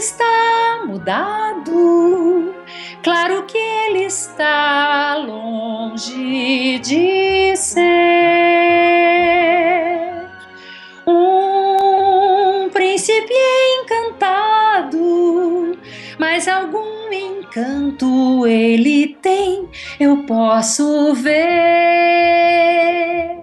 está mudado, claro que ele está longe de ser um príncipe encantado, mas algum encanto ele tem, eu posso ver.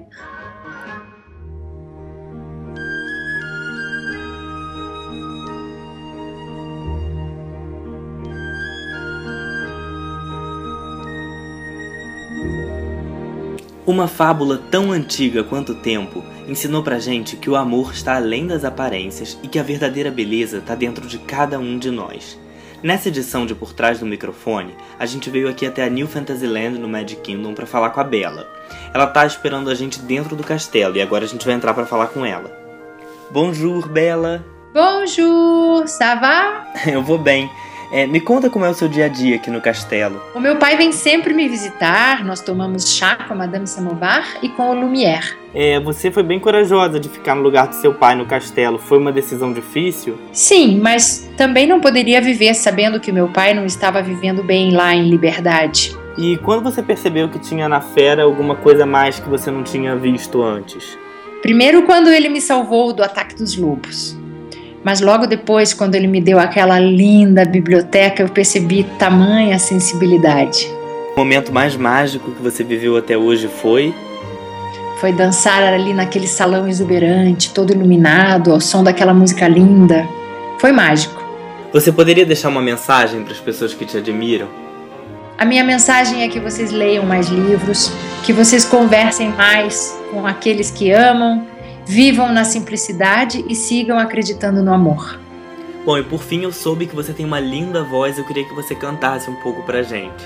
Uma fábula tão antiga quanto o tempo ensinou pra gente que o amor está além das aparências e que a verdadeira beleza está dentro de cada um de nós. Nessa edição de Por Trás do Microfone, a gente veio aqui até a New Fantasyland no Magic Kingdom para falar com a Bella. Ela tá esperando a gente dentro do castelo e agora a gente vai entrar para falar com ela. Bonjour, Bella! Bonjour, ça va? Eu vou bem. Me conta como é o seu dia a dia aqui no castelo. O meu pai vem sempre me visitar, nós tomamos chá com a Madame Samovar e com o Lumière. Você foi bem corajosa de ficar no lugar do seu pai no castelo. Foi uma decisão difícil? Sim, mas também não poderia viver sabendo que meu pai não estava vivendo bem lá em Liberdade. E quando você percebeu que tinha na fera alguma coisa a mais que você não tinha visto antes? Primeiro quando ele me salvou do ataque dos lobos. Mas logo depois, quando ele me deu aquela linda biblioteca, eu percebi tamanha sensibilidade. O momento mais mágico que você viveu até hoje foi? Foi dançar ali naquele salão exuberante, todo iluminado, ao som daquela música linda. Foi mágico. Você poderia deixar uma mensagem para as pessoas que te admiram? A minha mensagem é que vocês leiam mais livros, que vocês conversem mais com aqueles que amam, vivam na simplicidade e sigam acreditando no amor. Bom, e por fim eu soube que você tem uma linda voz. Eu queria que você cantasse um pouco pra gente.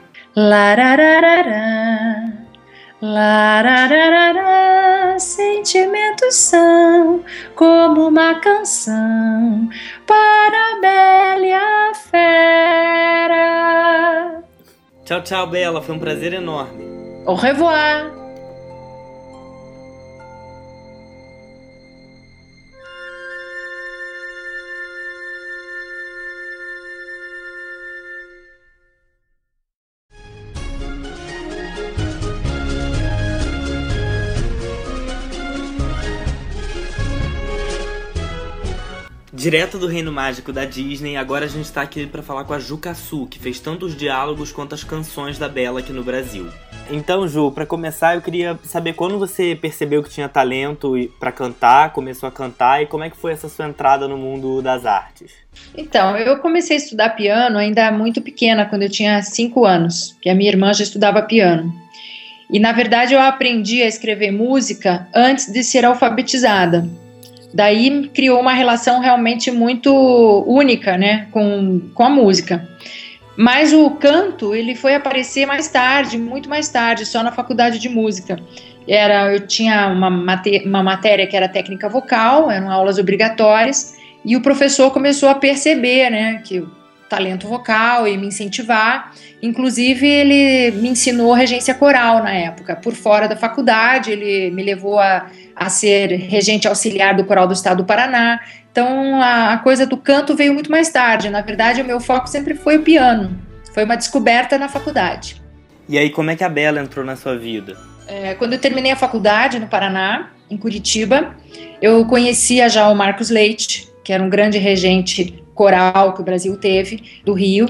Larararará, larararará, sentimentos são como uma canção para a bela e a fera. Tchau, tchau, Bella. Foi um prazer enorme. Au revoir. Direto do Reino Mágico da Disney, agora a gente tá aqui pra falar com a Ju Cassu, que fez tanto os diálogos quanto as canções da Bella aqui no Brasil. Então, Ju, pra começar, eu queria saber quando você percebeu que tinha talento pra cantar, começou a cantar, e como é que foi essa sua entrada no mundo das artes? Então, eu comecei a estudar piano ainda muito pequena, quando eu tinha 5 anos, que a minha irmã já estudava piano. E, na verdade, eu aprendi a escrever música antes de ser alfabetizada. Daí criou uma relação realmente muito única, né, com a música. Mas o canto, ele foi aparecer mais tarde, muito mais tarde, só na faculdade de música. Eu tinha uma matéria que era técnica vocal, eram aulas obrigatórias, e o professor começou a perceber, né, que o talento vocal e me incentivar. Inclusive, ele me ensinou regência coral na época, por fora da faculdade. Ele me levou a ser regente auxiliar do Coral do Estado do Paraná. Então, a coisa do canto veio muito mais tarde. Na verdade, o meu foco sempre foi o piano. Foi uma descoberta na faculdade. E aí, como é que a Bella entrou na sua vida? Quando eu terminei a faculdade no Paraná, em Curitiba, eu conhecia já o Marcos Leite, que era um grande regente coral que o Brasil teve, do Rio,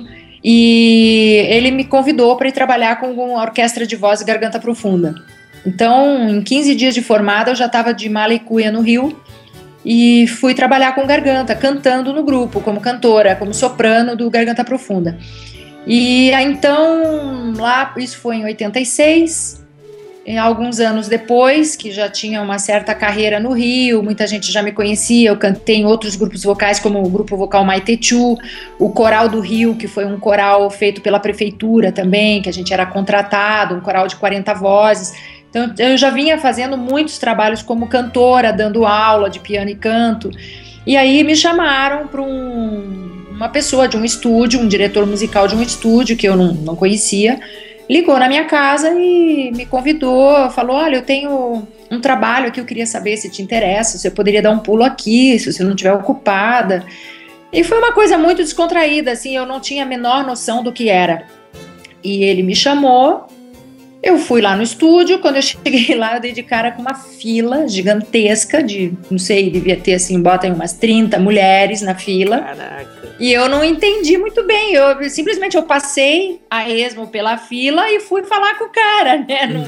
e ele me convidou para ir trabalhar com a orquestra de voz e garganta profunda. Então, em 15 dias de formada, eu já estava de mala e cuia no Rio e fui trabalhar com garganta, cantando no grupo, como cantora, como soprano do Garganta Profunda. E então, lá, isso foi em 86, alguns anos depois, que já tinha uma certa carreira no Rio, muita gente já me conhecia, eu cantei em outros grupos vocais, como o Grupo Vocal Maitechu, o Coral do Rio, que foi um coral feito pela prefeitura também, que a gente era contratado, um coral de 40 vozes. Então, eu já vinha fazendo muitos trabalhos como cantora, dando aula de piano e canto, e aí me chamaram para uma pessoa de um estúdio, um diretor musical de um estúdio, que eu não conhecia, ligou na minha casa e me convidou, falou: olha, eu tenho um trabalho aqui, eu queria saber se te interessa, se eu poderia dar um pulo aqui, se você não estiver ocupada. E foi uma coisa muito descontraída, assim, eu não tinha a menor noção do que era. E ele me chamou, eu fui lá no estúdio, quando eu cheguei lá, eu dei de cara com uma fila gigantesca de, não sei, devia ter assim, botem umas 30 mulheres na fila. Caraca. E eu não entendi muito bem, simplesmente eu passei a esmo pela fila e fui falar com o cara, né?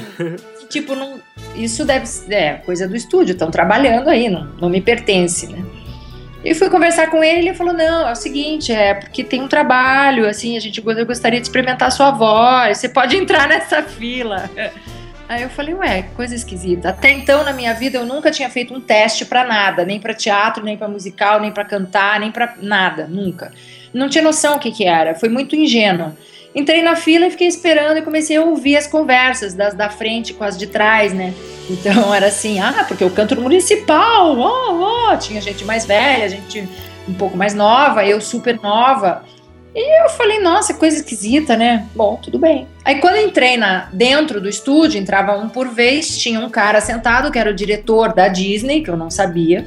Isso deve ser coisa do estúdio, estão trabalhando aí, não me pertence, né? E fui conversar com ele e ele falou, não, é o seguinte, porque tem um trabalho, assim, eu gostaria de experimentar a sua voz, você pode entrar nessa fila. Aí eu falei, ué, que coisa esquisita. Até então, na minha vida, eu nunca tinha feito um teste pra nada, nem pra teatro, nem pra musical, nem pra cantar, nem pra nada, nunca. Não tinha noção o que era, foi muito ingênua. Entrei na fila e fiquei esperando e comecei a ouvir as conversas das da frente com as de trás, né? Então era assim, porque eu canto no municipal, tinha gente mais velha, gente um pouco mais nova, eu super nova. E eu falei, nossa, coisa esquisita, né? Bom, tudo bem. Aí quando eu entrei dentro do estúdio, entrava um por vez, tinha um cara sentado que era o diretor da Disney, que eu não sabia.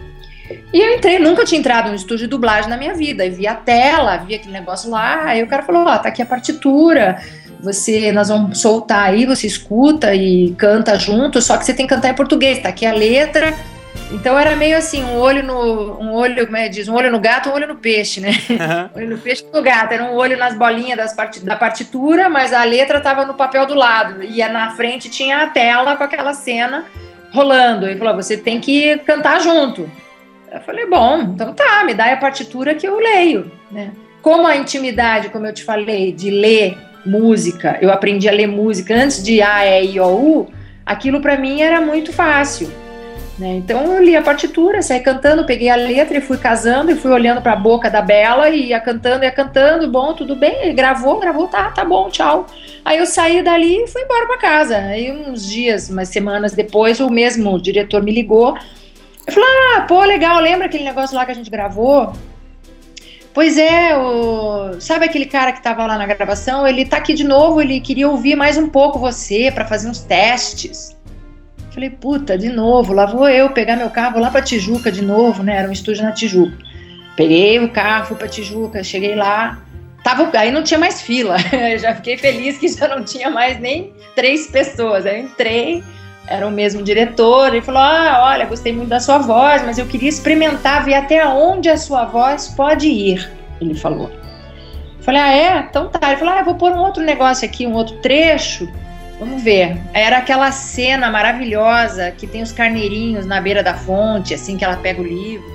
E eu entrei, nunca tinha entrado no estúdio de dublagem na minha vida, e vi a tela, vi aquele negócio lá, aí o cara falou, tá aqui a partitura, nós vamos soltar aí, você escuta e canta junto, só que você tem que cantar em português, tá aqui a letra. Então era meio assim, um olho no gato, um olho no peixe, né? Uhum. Olho no peixe e no gato, era um olho nas bolinhas da partitura, mas a letra tava no papel do lado, e na frente tinha a tela com aquela cena rolando, ele falou, você tem que cantar junto. Eu falei, bom, então tá, me dá a partitura que eu leio, né? Como a intimidade, como eu te falei, de ler música, eu aprendi a ler música antes de A, E, I, O, U, aquilo pra mim era muito fácil, né? Então eu li a partitura, saí cantando, peguei a letra e fui casando e fui olhando pra boca da Bela e ia cantando, bom, tudo bem, ele gravou, tá bom, tchau. Aí eu saí dali e fui embora pra casa. Aí umas semanas depois, o mesmo diretor me ligou. Eu falei, legal, lembra aquele negócio lá que a gente gravou? Pois é, sabe aquele cara que tava lá na gravação? Ele tá aqui de novo, ele queria ouvir mais um pouco você pra fazer uns testes. Eu falei, puta, de novo, lá vou eu pegar meu carro, vou lá pra Tijuca de novo, né? Era um estúdio na Tijuca. Peguei o carro, fui pra Tijuca, cheguei lá, aí não tinha mais fila. Eu já fiquei feliz que já não tinha mais nem 3 pessoas. Aí eu entrei, era o mesmo diretor, ele falou, olha, gostei muito da sua voz, mas eu queria experimentar, ver até onde a sua voz pode ir, ele falou. Eu falei, então tá. Ele falou, eu vou pôr um outro negócio aqui, um outro trecho, vamos ver. Era aquela cena maravilhosa que tem os carneirinhos na beira da fonte, assim que ela pega o livro.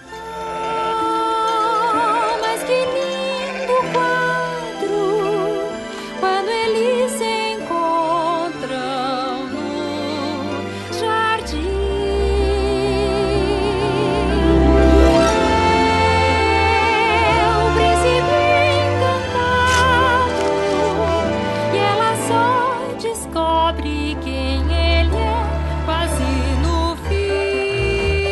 Mas que lindo quadro, quando eles se encontram no jardim. O príncipe encantado, e ela só descobre quem ele é quase no fim.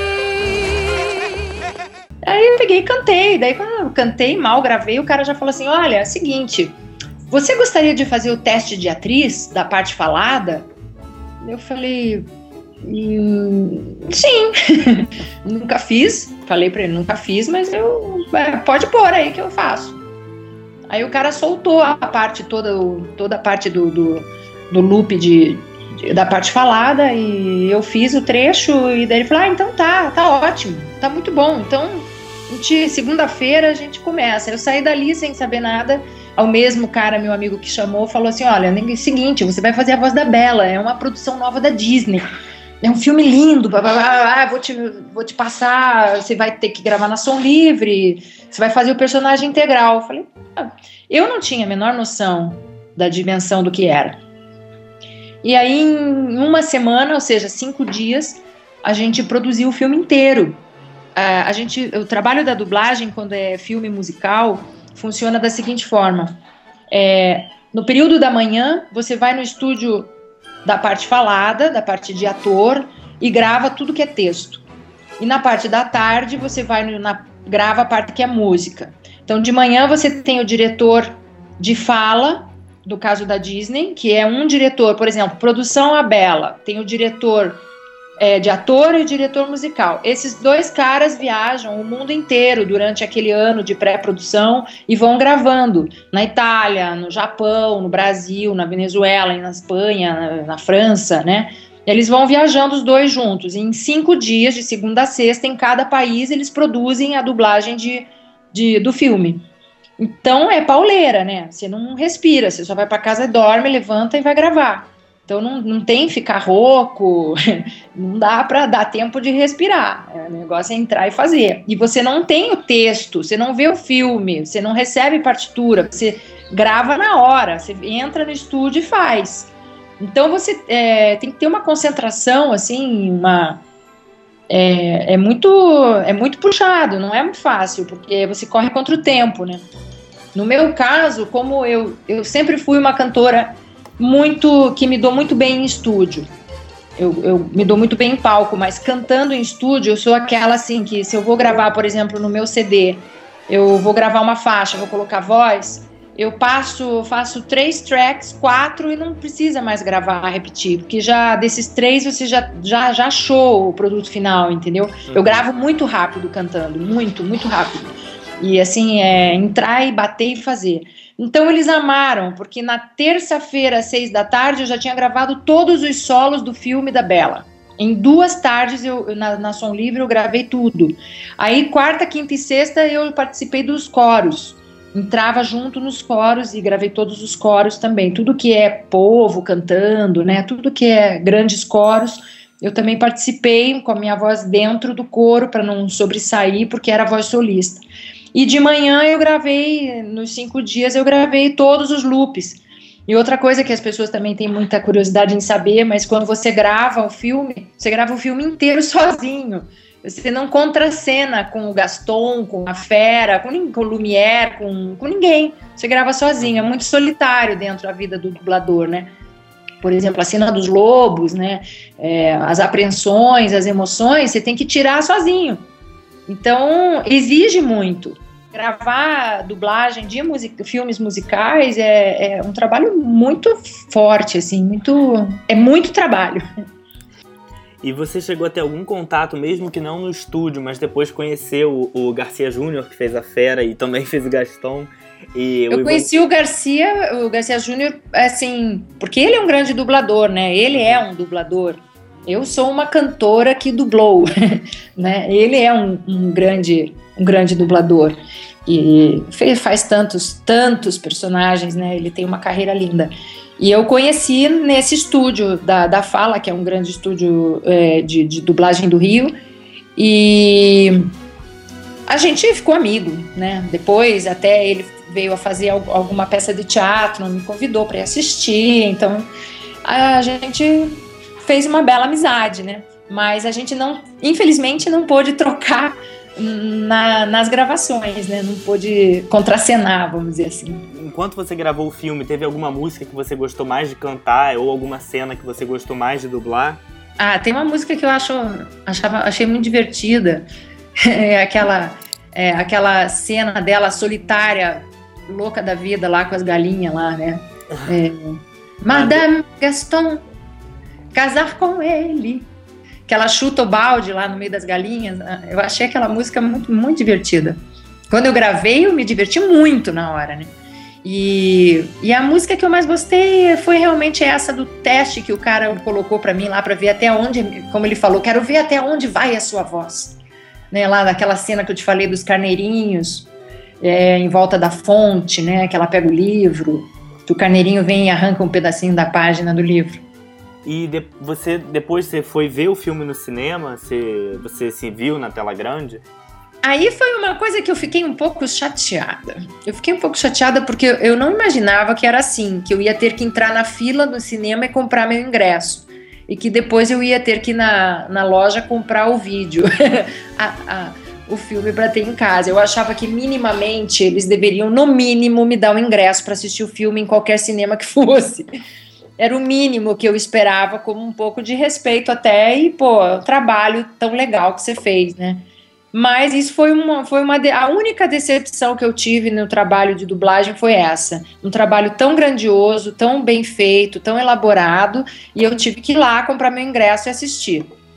Aí eu peguei e cantei, daí quando eu cantei mal, gravei, o cara já falou assim, olha, é o seguinte, você gostaria de fazer o teste de atriz da parte falada? Eu falei, sim, nunca fiz, falei pra ele, nunca fiz, mas pode pôr aí que eu faço. Aí o cara soltou a parte toda a parte do loop da parte falada e eu fiz o trecho e daí ele falou, então tá ótimo, tá muito bom, então segunda-feira a gente começa. Eu saí dali sem saber nada, ao mesmo cara, meu amigo que chamou, falou assim, olha, é o seguinte, você vai fazer a voz da Bela, é uma produção nova da Disney, é um filme lindo, vou te passar, você vai ter que gravar na Som Livre, você vai fazer o personagem integral. Eu falei, eu não tinha a menor noção da dimensão do que era. E aí, em uma semana, ou seja, 5 dias, a gente produziu o filme inteiro. O trabalho da dublagem, quando é filme musical, funciona da seguinte forma. No período da manhã, você vai no estúdio da parte falada, da parte de ator, e grava tudo que é texto. E na parte da tarde, você grava a parte que é música. Então, de manhã, você tem o diretor de fala, do caso da Disney, que é um diretor, por exemplo, produção A Bela, tem o diretor de ator e diretor musical. Esses 2 caras viajam o mundo inteiro durante aquele ano de pré-produção e vão gravando na Itália, no Japão, no Brasil, na Venezuela, na Espanha, na França, né? Eles vão viajando os 2 juntos. E em 5 dias, de segunda a sexta, em cada país, eles produzem a dublagem do filme. Então é pauleira, né? Você não respira, você só vai para casa, dorme, levanta e vai gravar. Então não tem ficar rouco, não dá para dar tempo de respirar. O negócio é entrar e fazer. E você não tem o texto, você não vê o filme, você não recebe partitura, você grava na hora, você entra no estúdio e faz. Então você tem que ter uma concentração, assim, é muito puxado, não é muito fácil, porque você corre contra o tempo, né? No meu caso, como eu sempre fui uma cantora que me dou muito bem em estúdio. Eu me dou muito bem em palco, mas cantando em estúdio, eu sou aquela assim, que se eu vou gravar, por exemplo, no meu CD, eu vou gravar uma faixa, vou colocar voz, eu faço 3 tracks, 4 e não precisa mais gravar, repetir, porque já desses 3 você já achou o produto final, entendeu? Eu gravo muito rápido cantando, muito, muito rápido. E assim, entrar e bater e fazer. Então eles amaram, porque na terça-feira, às 6 da tarde, eu já tinha gravado todos os solos do filme da Bela. Em 2 tardes, na Som Livre, eu gravei tudo. Aí, quarta, quinta e sexta, eu participei dos coros. Entrava junto nos coros e gravei todos os coros também. Tudo que é povo cantando, né? Tudo que é grandes coros, eu também participei com a minha voz dentro do coro, para não sobressair, porque era voz solista. E de manhã eu gravei, nos 5 dias eu gravei todos os loops. E outra coisa que as pessoas também têm muita curiosidade em saber, mas quando você grava o filme, você grava o filme inteiro sozinho. Você não contracena com o Gaston, com a Fera, com o Lumière, com ninguém. Você grava sozinho, é muito solitário dentro da vida do dublador, né? Por exemplo, a cena dos lobos, né? As apreensões, as emoções, você tem que tirar sozinho. Então, exige muito. Gravar dublagem de filmes musicais é um trabalho muito forte, assim, é muito trabalho. E você chegou a ter algum contato, mesmo que não no estúdio, mas depois conheceu o Garcia Júnior, que fez a Fera e também fez o Gaston? Eu conheci o Garcia Júnior, assim, porque ele é um grande dublador, né? Ele é um dublador. Eu sou uma cantora que dublou, né? Ele é um grande dublador e faz tantos personagens, né? Ele tem uma carreira linda. E eu conheci nesse estúdio da Fala, que é um grande estúdio de dublagem do Rio, e a gente ficou amigo, né? Depois até ele veio a fazer alguma peça de teatro, me convidou para ir assistir, então a gente fez uma bela amizade, né? Mas a gente infelizmente não pôde trocar nas gravações, né? Não pôde contracenar, vamos dizer assim. Enquanto você gravou o filme, teve alguma música que você gostou mais de cantar ou alguma cena que você gostou mais de dublar? Tem uma música que eu achei muito divertida. Aquela cena dela solitária, louca da vida lá com as galinhas lá, né? Madame Gaston, casar com ele. Que ela chuta o balde lá no meio das galinhas. Eu achei aquela música muito, muito divertida. Quando eu gravei, eu me diverti muito na hora, né? E a música que eu mais gostei foi realmente essa do teste que o cara colocou pra mim lá, pra ver até onde, como ele falou, quero ver até onde vai a sua voz. Né? Lá naquela cena que eu te falei dos carneirinhos, em volta da fonte, né? Que ela pega o livro, que o carneirinho vem e arranca um pedacinho da página do livro. E depois você foi ver o filme no cinema? Você se viu na tela grande? Aí foi uma coisa que eu fiquei um pouco chateada. Eu fiquei um pouco chateada porque eu não imaginava que era assim, que eu ia ter que entrar na fila do cinema e comprar meu ingresso. E que depois eu ia ter que ir na loja comprar o vídeo, o filme para ter em casa. Eu achava que minimamente eles deveriam, no mínimo, me dar um ingresso para assistir o filme em qualquer cinema que fosse. Era o mínimo que eu esperava, como um pouco de respeito até, e, um trabalho tão legal que você fez, né? Mas isso foi a única decepção que eu tive no trabalho de dublagem foi essa. Um trabalho tão grandioso, tão bem feito, tão elaborado, e eu tive que ir lá comprar meu ingresso e assistir.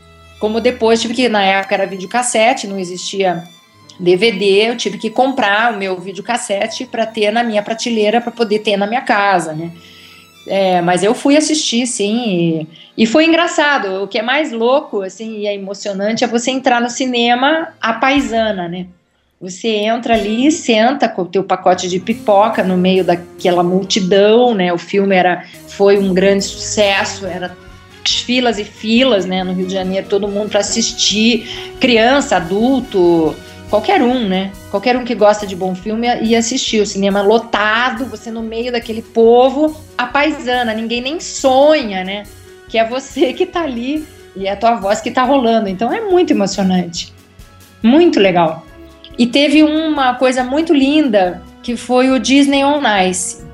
como depois tive que, na época era videocassete, não existia DVD, eu tive que comprar o meu videocassete para ter na minha prateleira, para poder ter na minha casa, né? Mas eu fui assistir, sim, e foi engraçado. O que é mais louco, assim, e é emocionante é você entrar no cinema à paisana, né? Você entra ali, senta com o teu pacote de pipoca no meio daquela multidão, né? O filme foi um grande sucesso, era filas e filas, né? No Rio de Janeiro, todo mundo para assistir, criança, adulto, qualquer um, né? Qualquer um que gosta de bom filme ia assistir. O cinema lotado, você no meio daquele povo, a paisana, ninguém nem sonha, né? Que é você que tá ali e é a tua voz que tá rolando. Então é muito emocionante, muito legal. E teve uma coisa muito linda, que foi o Disney on Ice.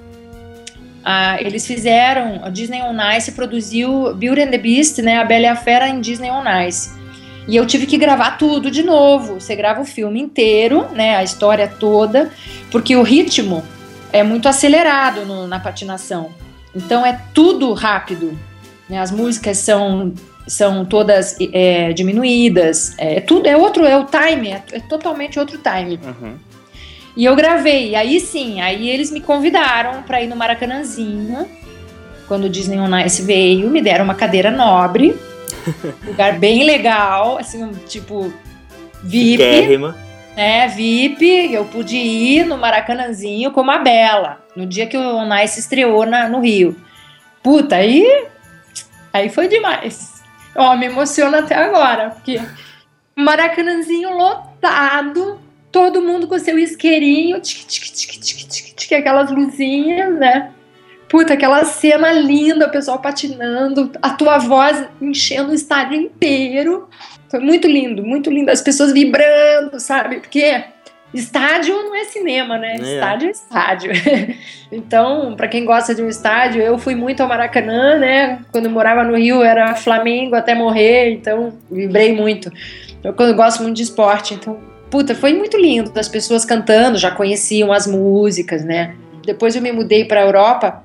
Eles fizeram, a Disney on Ice produziu Beauty and the Beast, né? A Bela e a Fera em Disney on Ice. E eu tive que gravar tudo de novo. Você grava o filme inteiro, né, a história toda, porque o ritmo é muito acelerado na patinação. Então é tudo rápido, né? As músicas são todas diminuídas. O time, é totalmente outro time. Uhum. E eu gravei. Aí sim, aí eles me convidaram para ir no Maracanãzinho. Quando o Disney on Ice veio, me deram uma cadeira nobre. Lugar bem legal, assim, tipo VIP, VIP. Eu pude ir no Maracanãzinho como a Bela, no dia que o On Ice estreou no Rio. Puta, aí foi demais. Me emociona até agora, porque Maracanãzinho lotado, todo mundo com seu isqueirinho, aquelas luzinhas, né? Puta, aquela cena linda, o pessoal patinando, a tua voz enchendo o estádio inteiro. Foi muito lindo, as pessoas vibrando, sabe? Porque estádio não é cinema, né? Estádio é estádio. Então, pra quem gosta de um estádio, eu fui muito ao Maracanã, né? Quando eu morava no Rio, era Flamengo até morrer, então vibrei muito. Eu gosto muito de esporte, então, puta, foi muito lindo. As pessoas cantando, já conheciam as músicas, né? Depois eu me mudei pra Europa,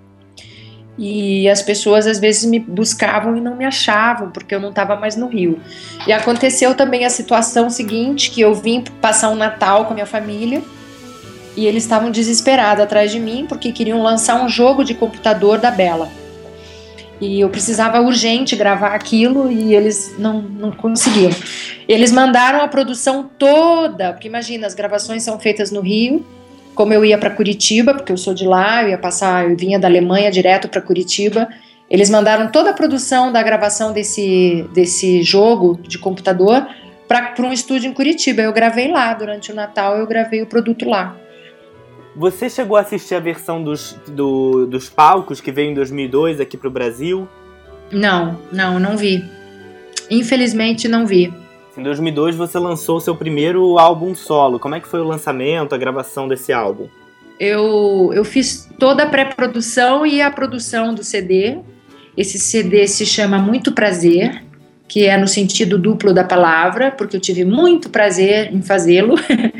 e as pessoas às vezes me buscavam e não me achavam, porque eu não estava mais no Rio. E aconteceu também a situação seguinte, que eu vim passar um Natal com a minha família, e eles estavam desesperados atrás de mim, porque queriam lançar um jogo de computador da Bela. E eu precisava urgente gravar aquilo, e eles não conseguiam. Eles mandaram a produção toda, porque imagina, as gravações são feitas no Rio. Como eu ia para Curitiba, porque eu sou de lá, eu vinha da Alemanha direto para Curitiba, eles mandaram toda a produção da gravação desse jogo de computador para um estúdio em Curitiba. Eu gravei lá, durante o Natal eu gravei o produto lá. Você chegou a assistir a versão dos palcos que veio em 2002 aqui para o Brasil? Não vi. Infelizmente não vi. Em 2002 você lançou o seu primeiro álbum solo. Como é que foi o lançamento, a gravação desse álbum? Eu fiz toda a pré-produção e a produção do CD. Esse CD se chama Muito Prazer, que é no sentido duplo da palavra, porque eu tive muito prazer em fazê-lo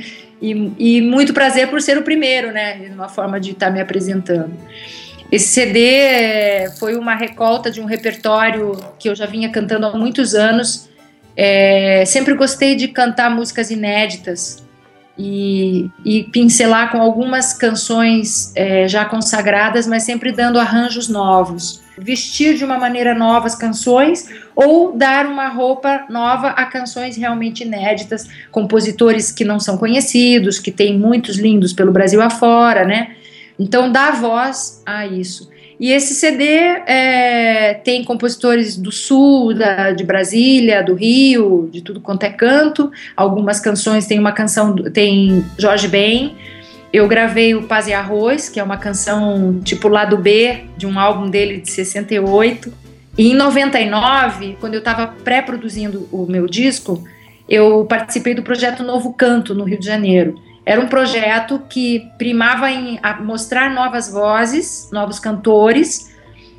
e muito prazer por ser o primeiro, né? Uma forma de estar me apresentando. Esse CD foi uma recolta de um repertório que eu já vinha cantando há muitos anos. Sempre gostei de cantar músicas inéditas e pincelar com algumas canções já consagradas, mas sempre dando arranjos novos. Vestir de uma maneira nova as canções ou dar uma roupa nova a canções realmente inéditas, compositores que não são conhecidos, que tem muitos lindos pelo Brasil afora, né? Então dá voz a isso. E esse CD tem compositores do Sul, de Brasília, do Rio, de tudo quanto é canto. Algumas canções, tem Jorge Ben. Eu gravei o Paz e Arroz, que é uma canção tipo lado B de um álbum dele de 68. E em 99, quando eu estava pré-produzindo o meu disco, eu participei do projeto Novo Canto, no Rio de Janeiro. Era um projeto que primava em mostrar novas vozes, novos cantores,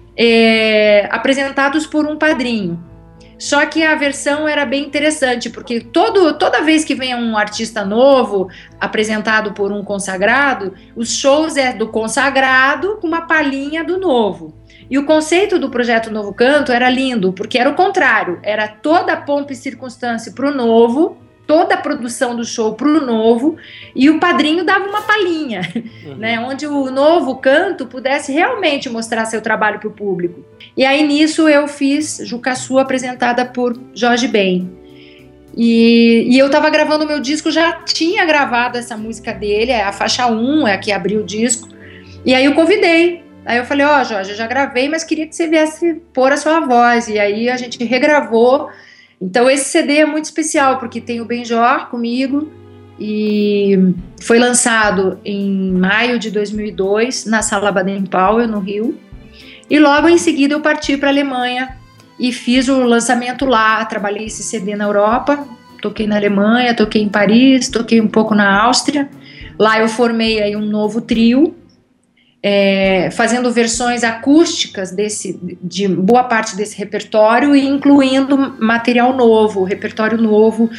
apresentados por um padrinho. Só que a versão era bem interessante, porque toda vez que vem um artista novo, apresentado por um consagrado, os shows é do consagrado com uma palhinha do novo. E o conceito do projeto Novo Canto era lindo, porque era o contrário, era toda a pompa e circunstância para o novo, toda a produção do show para o novo, e o padrinho dava uma palhinha, né, onde o Novo Canto pudesse realmente mostrar seu trabalho para o público. E aí nisso eu fiz Jucaçu, apresentada por Jorge Ben. E eu estava gravando o meu disco, já tinha gravado essa música dele, é a faixa 1, é a que abriu o disco, e aí eu convidei. Aí eu falei, Jorge, eu já gravei, mas queria que você viesse pôr a sua voz. E aí a gente regravou. Então esse CD é muito especial, porque tem o Benjor comigo, e foi lançado em maio de 2002, na Sala Baden-Powell, no Rio. E logo em seguida eu parti para a Alemanha e fiz o lançamento lá. Trabalhei esse CD na Europa, toquei na Alemanha, toquei em Paris, toquei um pouco na Áustria. Lá eu formei aí um novo trio, fazendo versões acústicas de boa parte desse repertório e incluindo material novo, repertório novo,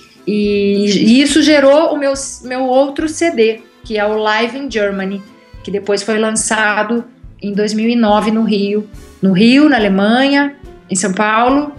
e isso gerou o meu outro CD, que é o Live in Germany, que depois foi lançado em 2009 no Rio, na Alemanha, em São Paulo,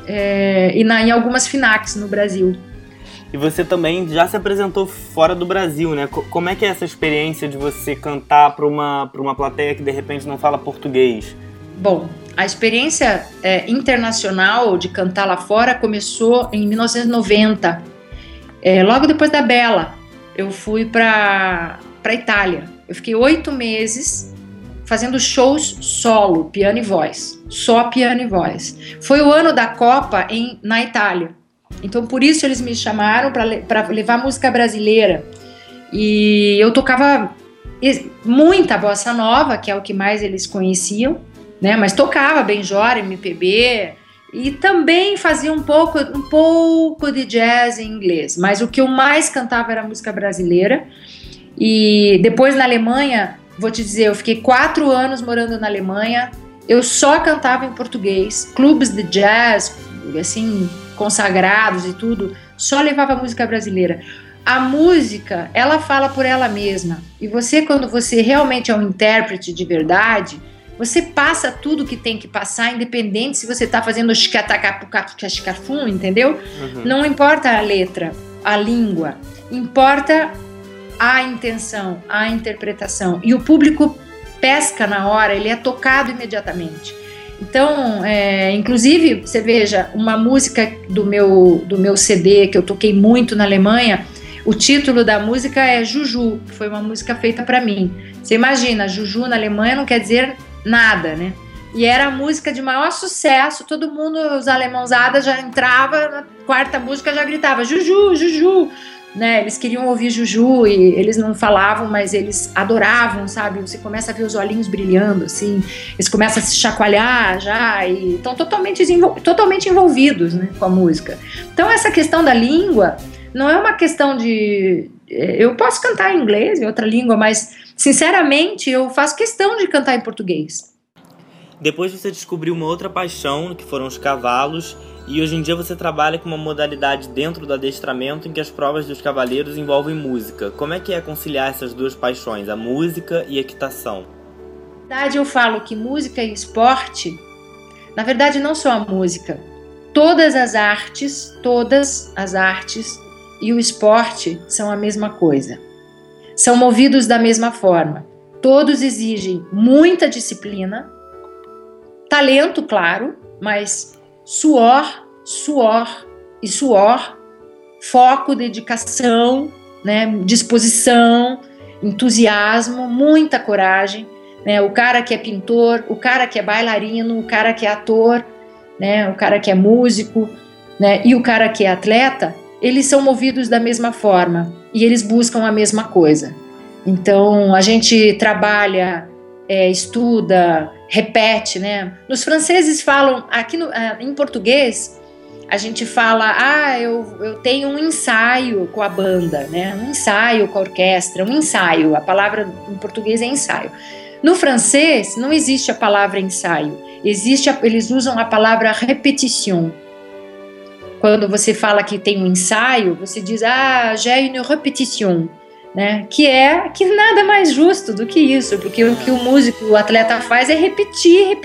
em algumas FINACs no Brasil. E você também já se apresentou fora do Brasil, né? Como é que é essa experiência de você cantar para uma plateia que de repente não fala português? Bom, a experiência internacional de cantar lá fora começou em 1990. Logo depois da Bela, eu fui para Itália. Eu fiquei 8 meses fazendo shows solo, piano e voz. Só piano e voz. Foi o ano da Copa na Itália. Então, por isso eles me chamaram para levar música brasileira. E eu tocava muita bossa nova, que é o que mais eles conheciam, né? Mas tocava Benjor, MPB, e também fazia um pouco de jazz em inglês. Mas o que eu mais cantava era música brasileira. E depois na Alemanha, vou te dizer, eu fiquei 4 anos morando na Alemanha. Eu só cantava em português, clubes de jazz, assim, consagrados e tudo, só levava música brasileira. A música, ela fala por ela mesma, e você, quando você realmente é um intérprete de verdade, você passa tudo que tem que passar, independente se você está fazendo xicatacapum, entendeu? Não importa a letra, a língua, importa a intenção, a interpretação, e o público pesca na hora, ele é tocado imediatamente. Então, inclusive, você veja, uma música do meu CD, que eu toquei muito na Alemanha, o título da música é Juju, que foi uma música feita para mim. Você imagina, Juju na Alemanha não quer dizer nada, né? E era a música de maior sucesso, todo mundo, os alemãozadas já entrava, na quarta música já gritava Juju, Juju, né? Eles queriam ouvir Juju e eles não falavam, mas eles adoravam, sabe? Você começa a ver os olhinhos brilhando, assim, eles começam a se chacoalhar já e estão totalmente envolvidos, né, com a música. Então essa questão da língua não é uma questão de... Eu posso cantar em inglês, em outra língua, mas sinceramente eu faço questão de cantar em português. Depois você descobriu uma outra paixão, que foram os cavalos, e hoje em dia você trabalha com uma modalidade dentro do adestramento em que as provas dos cavaleiros envolvem música. Como é que é conciliar essas duas paixões, a música e a equitação? Na verdade, eu falo que música e esporte, na verdade não só a música, todas as artes e o esporte são a mesma coisa. São movidos da mesma forma. Todos exigem muita disciplina, talento, claro, mas suor, foco, dedicação, né, disposição, entusiasmo, muita coragem, né, o cara que é pintor, o cara que é bailarino, o cara que é ator, né, o cara que é músico, né, e o cara que é atleta, eles são movidos da mesma forma e eles buscam a mesma coisa. Então a gente trabalha, estuda, repete, né? Os franceses falam, aqui em português, a gente fala, eu tenho um ensaio com a banda, né? Um ensaio com a orquestra, um ensaio. A palavra em português é ensaio. No francês, não existe a palavra ensaio. Eles usam a palavra répétition. Quando você fala que tem um ensaio, você diz, j'ai une répétition. né? Que nada mais justo do que isso, porque o que o músico, o atleta faz é repetir.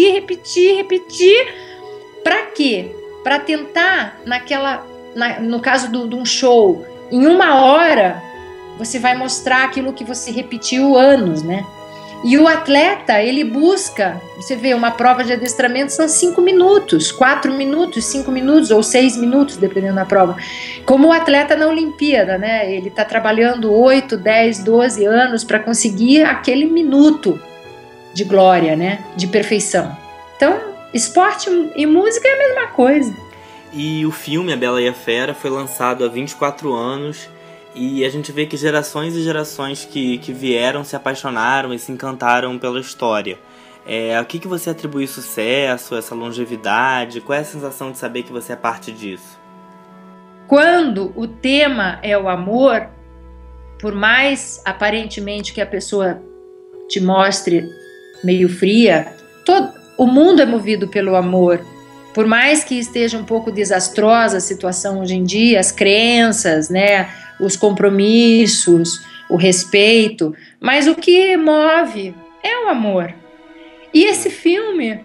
Para quê? Para tentar no caso de um show, em 1 hora você vai mostrar aquilo que você repetiu anos, né? E o atleta, ele busca, você vê, uma prova de adestramento são 5 minutos, 4 minutos, 5 minutos ou 6 minutos, dependendo da prova. Como o atleta na Olimpíada, né? Ele está trabalhando 8, 10, 12 anos para conseguir aquele minuto de glória, né? De perfeição. Então, esporte e música é a mesma coisa. E o filme A Bela e a Fera foi lançado há 24 anos e a gente vê que gerações e gerações que vieram se apaixonaram e se encantaram pela história. A que você atribui sucesso, essa longevidade? Qual é a sensação de saber que você é parte disso? Quando o tema é o amor, por mais aparentemente que a pessoa te mostre meio fria, o mundo é movido pelo amor. Por mais que esteja um pouco desastrosa a situação hoje em dia, as crenças, né, os compromissos, o respeito, mas o que move é o amor. E esse filme,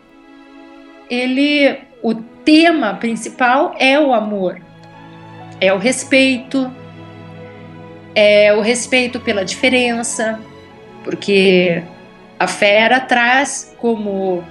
o tema principal é o amor, é o respeito pela diferença, porque a fera traz como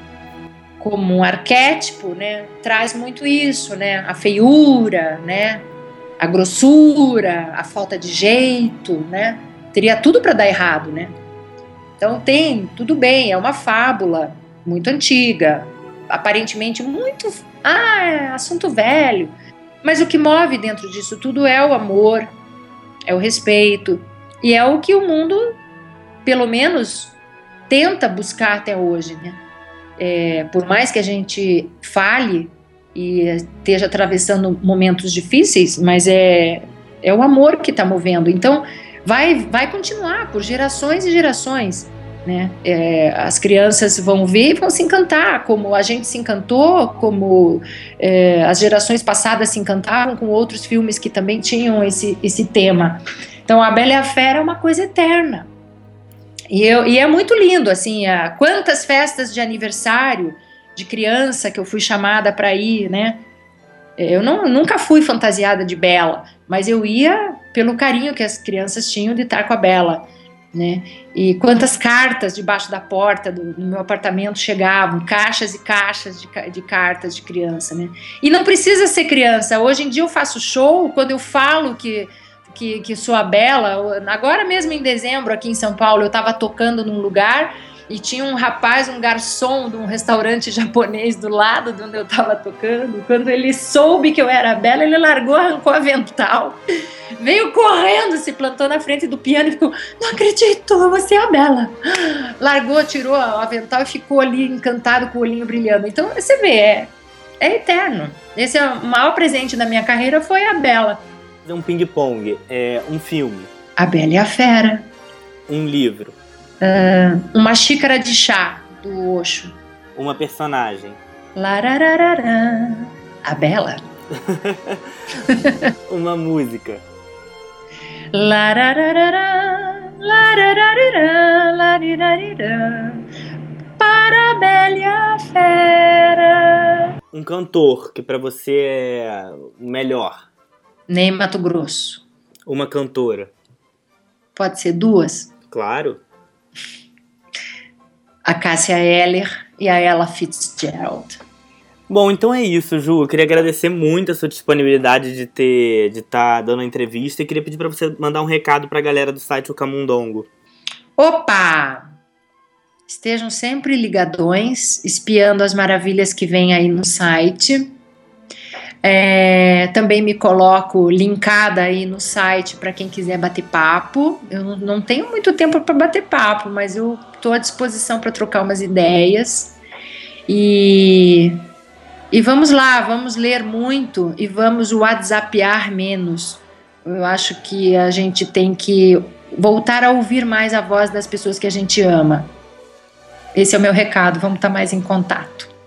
um arquétipo, né, traz muito isso, né, a feiura, né, a grossura, a falta de jeito, né, teria tudo para dar errado, né. Então tudo bem, é uma fábula muito antiga, aparentemente muito, é assunto velho, mas o que move dentro disso tudo é o amor, é o respeito, e é o que o mundo, pelo menos, tenta buscar até hoje, né. Por mais que a gente fale e esteja atravessando momentos difíceis, mas é o amor que está movendo. Então, vai continuar por gerações e gerações, né? As crianças vão ver e vão se encantar, como a gente se encantou, como as gerações passadas se encantavam com outros filmes que também tinham esse tema. Então, A Bela e a Fera é uma coisa eterna. E é muito lindo, assim, quantas festas de aniversário de criança que eu fui chamada para ir, né? Eu nunca fui fantasiada de Bela, mas eu ia pelo carinho que as crianças tinham de estar com a Bela, né? E quantas cartas debaixo da porta do meu apartamento chegavam, caixas e caixas de cartas de criança, né? E não precisa ser criança. Hoje em dia eu faço show, quando eu falo que sou a Bela, agora mesmo em dezembro aqui em São Paulo, eu estava tocando num lugar e tinha um rapaz, um garçom de um restaurante japonês do lado de onde eu estava tocando. Quando ele soube que eu era a Bela, ele largou, arrancou o avental, veio correndo, se plantou na frente do piano e ficou: não acredito, você é a Bela. Largou, tirou o avental e ficou ali encantado com o olhinho brilhando. Então você vê, é eterno. Esse é o maior presente da minha carreira, foi a Bela. Um ping-pong, um filme. A Bela e a Fera. Um livro. Uma xícara de chá, do Osho. Uma personagem. Larararará, a Bela. Uma música. Larararará, larararará, larirarará, para a Bela e a Fera. Um cantor que pra você é o melhor. Ney Matogrosso. Uma cantora. Pode ser 2? Claro. A Cássia Eller e a Ella Fitzgerald. Bom, então é isso, Ju. Eu queria agradecer muito a sua disponibilidade de estar dando a entrevista e queria pedir para você mandar um recado para a galera do site O Camundongo. Opa! Estejam sempre ligadões, espiando as maravilhas que vem aí no site. Também me coloco linkada aí no site para quem quiser bater papo. Eu não tenho muito tempo para bater papo, mas eu estou à disposição para trocar umas ideias. E vamos lá, vamos ler muito e vamos whatsappear menos. Eu acho que a gente tem que voltar a ouvir mais a voz das pessoas que a gente ama. Esse é o meu recado, vamos estar mais em contato.